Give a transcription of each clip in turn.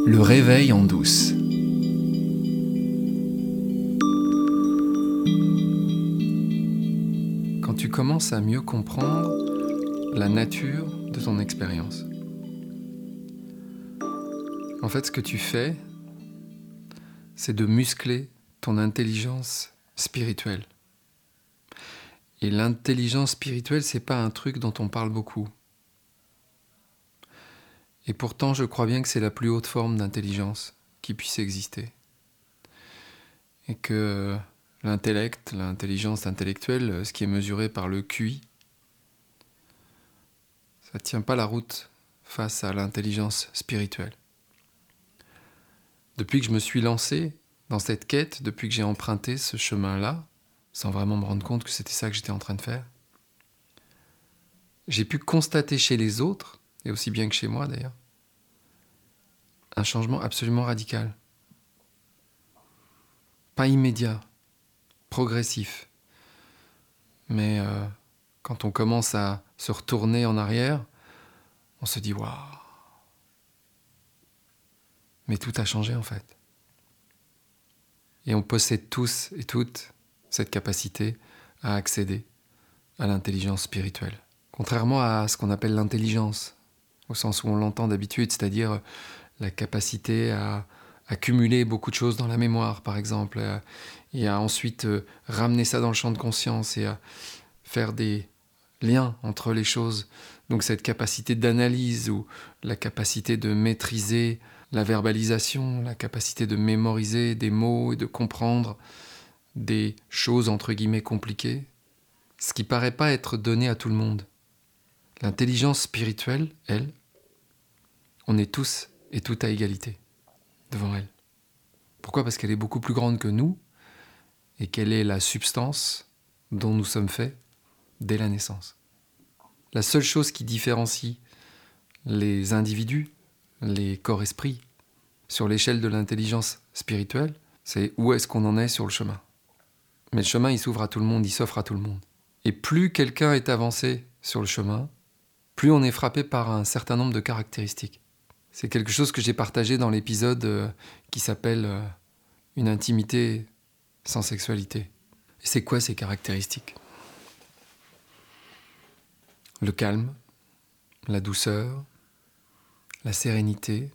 Le réveil en douce. Quand tu commences à mieux comprendre la nature de ton expérience. En fait, ce que tu fais, c'est de muscler ton intelligence spirituelle. Et l'intelligence spirituelle, c'est pas un truc dont on parle beaucoup. Et pourtant, je crois bien que c'est la plus haute forme d'intelligence qui puisse exister. Et que l'intellect, l'intelligence intellectuelle, ce qui est mesuré par le QI, ça ne tient pas la route face à l'intelligence spirituelle. Depuis que je me suis lancé dans cette quête, depuis que j'ai emprunté ce chemin-là, sans vraiment me rendre compte que c'était ça que j'étais en train de faire, j'ai pu constater chez les autres, et aussi bien que chez moi d'ailleurs, un changement absolument radical. Pas immédiat, progressif, mais quand on commence à se retourner en arrière, on se dit « waouh !» Mais tout a changé en fait. Et on possède tous et toutes cette capacité à accéder à l'intelligence spirituelle. Contrairement à ce qu'on appelle l'intelligence, au sens où on l'entend d'habitude, c'est-à-dire la capacité à accumuler beaucoup de choses dans la mémoire, par exemple, et à ensuite ramener ça dans le champ de conscience et à faire des liens entre les choses. Donc cette capacité d'analyse ou la capacité de maîtriser la verbalisation, la capacité de mémoriser des mots et de comprendre des choses entre guillemets compliquées, ce qui paraît pas être donné à tout le monde. L'intelligence spirituelle, elle, on est tous et toutes à égalité devant elle. Pourquoi ? Parce qu'elle est beaucoup plus grande que nous et qu'elle est la substance dont nous sommes faits dès la naissance. La seule chose qui différencie les individus, les corps-esprits, sur l'échelle de l'intelligence spirituelle, c'est où est-ce qu'on en est sur le chemin. Mais le chemin, il s'ouvre à tout le monde, il s'offre à tout le monde. Et plus quelqu'un est avancé sur le chemin, plus on est frappé par un certain nombre de caractéristiques. C'est quelque chose que j'ai partagé dans l'épisode qui s'appelle « Une intimité sans sexualité ». Et c'est quoi ces caractéristiques ? Le calme, la douceur, la sérénité,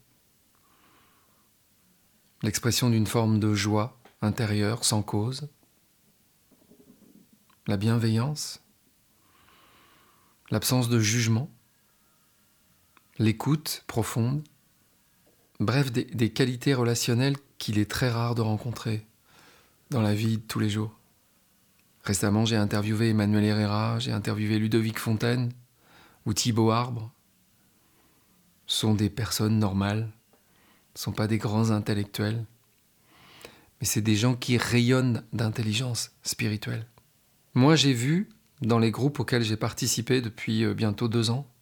l'expression d'une forme de joie intérieure sans cause, la bienveillance, l'absence de jugement, l'écoute profonde, bref, des qualités relationnelles qu'il est très rare de rencontrer dans la vie de tous les jours. Récemment, j'ai interviewé Emmanuel Herrera, j'ai interviewé Ludovic Fontaine ou Thibaut Arbre. Ce sont des personnes normales, ce ne sont pas des grands intellectuels, mais c'est des gens qui rayonnent d'intelligence spirituelle. Moi, j'ai vu, dans les groupes auxquels j'ai participé depuis bientôt 2 ans,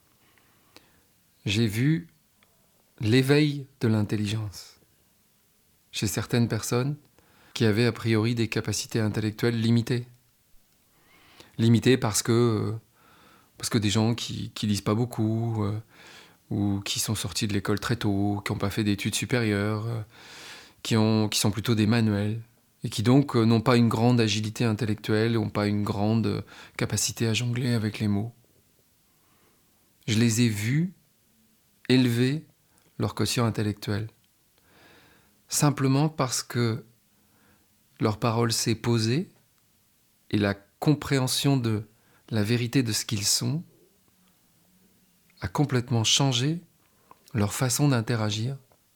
j'ai vu l'éveil de l'intelligence chez certaines personnes qui avaient a priori des capacités intellectuelles limitées. Limitées parce que des gens qui lisent pas beaucoup, ou qui sont sortis de l'école très tôt, qui n'ont pas fait d'études supérieures, qui sont plutôt des manuels, et qui donc n'ont pas une grande agilité intellectuelle, n'ont pas une grande capacité à jongler avec les mots. Je les ai vus élever leur quotient intellectuel, simplement parce que leur parole s'est posée et la compréhension de la vérité de ce qu'ils sont a complètement changé leur façon d'interagir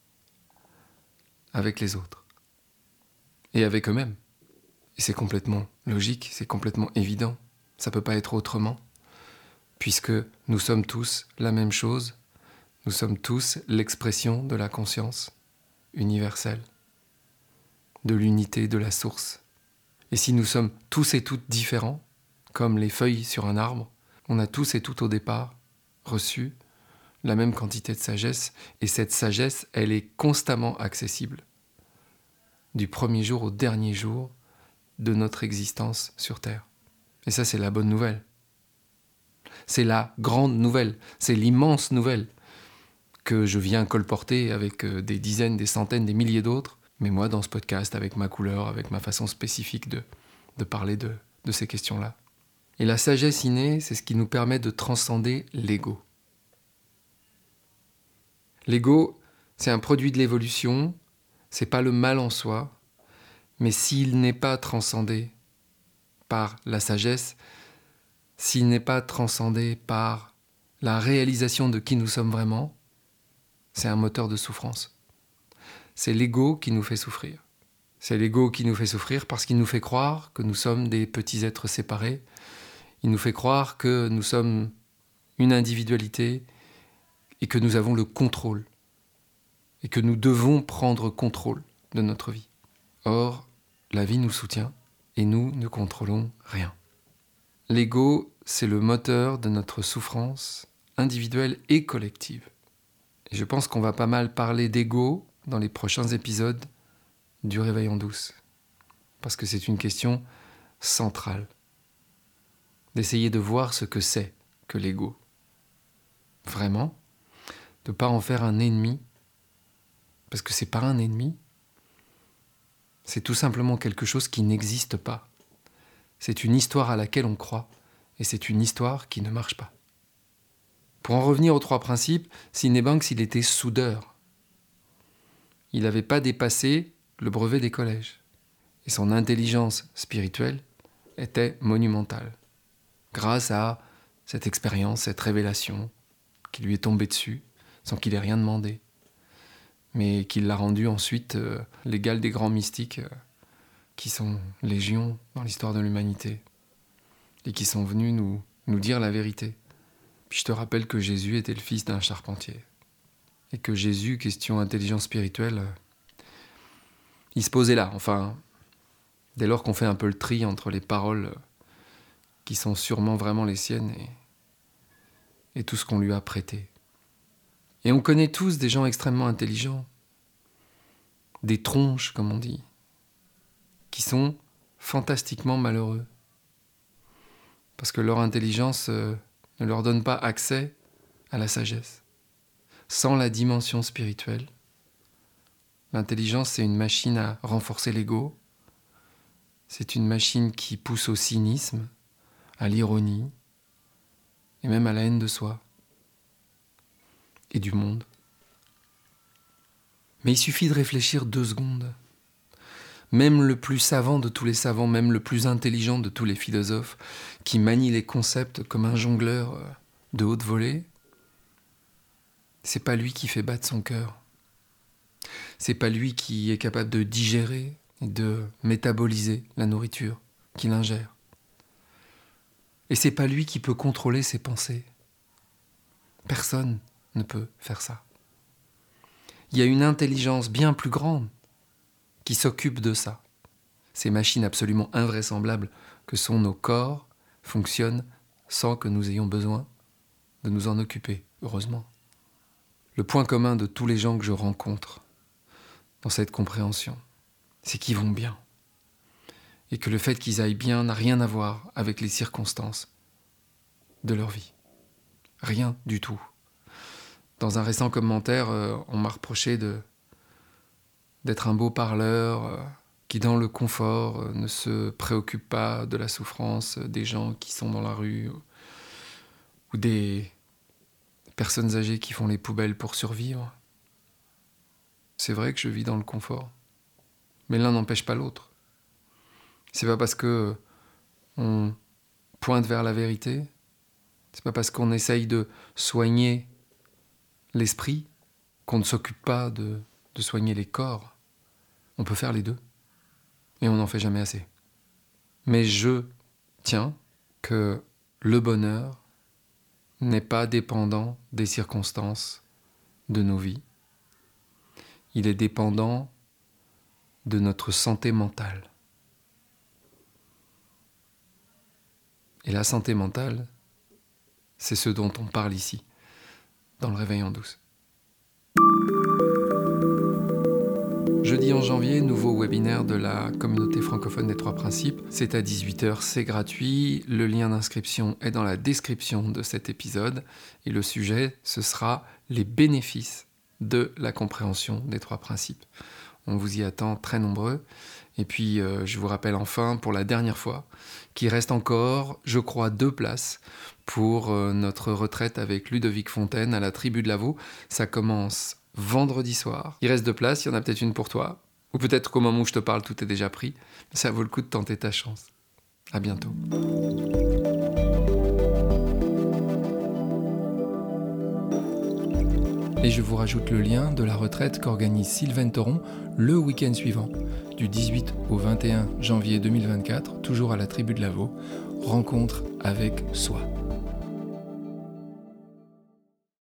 avec les autres et avec eux-mêmes. Et c'est complètement logique, c'est complètement évident. Ça ne peut pas être autrement, puisque nous sommes tous la même chose, nous sommes tous l'expression de la conscience universelle, de l'unité de la source. Et si nous sommes tous et toutes différents, comme les feuilles sur un arbre, on a tous et toutes au départ reçu la même quantité de sagesse, et cette sagesse, elle est constamment accessible, du premier jour au dernier jour de notre existence sur Terre. Et ça, c'est la bonne nouvelle. C'est la grande nouvelle, c'est l'immense nouvelle que je viens colporter avec des dizaines, des centaines, des milliers d'autres, mais moi dans ce podcast, avec ma couleur, avec ma façon spécifique de parler de ces questions-là. Et la sagesse innée, c'est ce qui nous permet de transcender l'ego. L'ego, c'est un produit de l'évolution, c'est pas le mal en soi, mais s'il n'est pas transcendé par la sagesse, s'il n'est pas transcendé par la réalisation de qui nous sommes vraiment, c'est un moteur de souffrance. C'est l'ego qui nous fait souffrir. C'est l'ego qui nous fait souffrir parce qu'il nous fait croire que nous sommes des petits êtres séparés. Il nous fait croire que nous sommes une individualité et que nous avons le contrôle et que nous devons prendre contrôle de notre vie. Or, la vie nous soutient et nous ne contrôlons rien. L'ego, c'est le moteur de notre souffrance individuelle et collective. Et je pense qu'on va pas mal parler d'ego dans les prochains épisodes du Réveil en douce. Parce que c'est une question centrale. D'essayer de voir ce que c'est que l'ego. Vraiment, de ne pas en faire un ennemi. Parce que c'est pas un ennemi. C'est tout simplement quelque chose qui n'existe pas. C'est une histoire à laquelle on croit. Et c'est une histoire qui ne marche pas. Pour en revenir aux 3 principes, Sydney Banks, il était soudeur. Il n'avait pas dépassé le brevet des collèges. Et son intelligence spirituelle était monumentale. Grâce à cette expérience, cette révélation qui lui est tombée dessus, sans qu'il ait rien demandé. Mais qui l'a rendu ensuite l'égal des grands mystiques qui sont légion dans l'histoire de l'humanité. Et qui sont venus nous dire la vérité. Puis je te rappelle que Jésus était le fils d'un charpentier. Et que Jésus, question intelligence spirituelle, il se posait là. Enfin, dès lors qu'on fait un peu le tri entre les paroles qui sont sûrement vraiment les siennes et tout ce qu'on lui a prêté. Et on connaît tous des gens extrêmement intelligents, des tronches, comme on dit, qui sont fantastiquement malheureux. Parce que leur intelligence ne leur donne pas accès à la sagesse. Sans la dimension spirituelle, l'intelligence, c'est une machine à renforcer l'ego, c'est une machine qui pousse au cynisme, à l'ironie, et même à la haine de soi et du monde. Mais il suffit de réfléchir 2 secondes. Même le plus savant de tous les savants, même le plus intelligent de tous les philosophes, qui manie les concepts comme un jongleur de haute volée, c'est pas lui qui fait battre son cœur. C'est pas lui qui est capable de digérer et de métaboliser la nourriture qu'il ingère. Et c'est pas lui qui peut contrôler ses pensées. Personne ne peut faire ça. Il y a une intelligence bien plus grande qui s'occupe de ça. Ces machines absolument invraisemblables que sont nos corps fonctionnent sans que nous ayons besoin de nous en occuper, heureusement. Le point commun de tous les gens que je rencontre dans cette compréhension, c'est qu'ils vont bien. Et que le fait qu'ils aillent bien n'a rien à voir avec les circonstances de leur vie. Rien du tout. Dans un récent commentaire, on m'a reproché d'être un beau parleur qui, dans le confort, ne se préoccupe pas de la souffrance des gens qui sont dans la rue ou des personnes âgées qui font les poubelles pour survivre. C'est vrai que je vis dans le confort, mais l'un n'empêche pas l'autre. C'est pas parce que on pointe vers la vérité, c'est pas parce qu'on essaye de soigner l'esprit qu'on ne s'occupe pas de soigner les corps. On peut faire les deux, et on n'en fait jamais assez. Mais je tiens que le bonheur n'est pas dépendant des circonstances de nos vies. Il est dépendant de notre santé mentale. Et la santé mentale, c'est ce dont on parle ici, dans le Réveil en douce. Jeudi 11 janvier, nouveau webinaire de la communauté francophone des 3 principes. C'est à 18h, c'est gratuit. Le lien d'inscription est dans la description de cet épisode. Et le sujet, ce sera les bénéfices de la compréhension des 3 principes. On vous y attend très nombreux. Et puis, je vous rappelle enfin, pour la dernière fois, qu'il reste encore, je crois, 2 places pour notre retraite avec Ludovic Fontaine à la Tribu de Lavaux. Ça commence vendredi soir. Il reste 2 places, il y en a peut-être une pour toi. Ou peut-être qu'au moment où je te parle, tout est déjà pris. Mais ça vaut le coup de tenter ta chance. À bientôt. Et je vous rajoute le lien de la retraite qu'organise Sylvaine Thoron le week-end suivant, du 18 au 21 janvier 2024, toujours à la Tribu de Lavaux. Rencontre avec soi.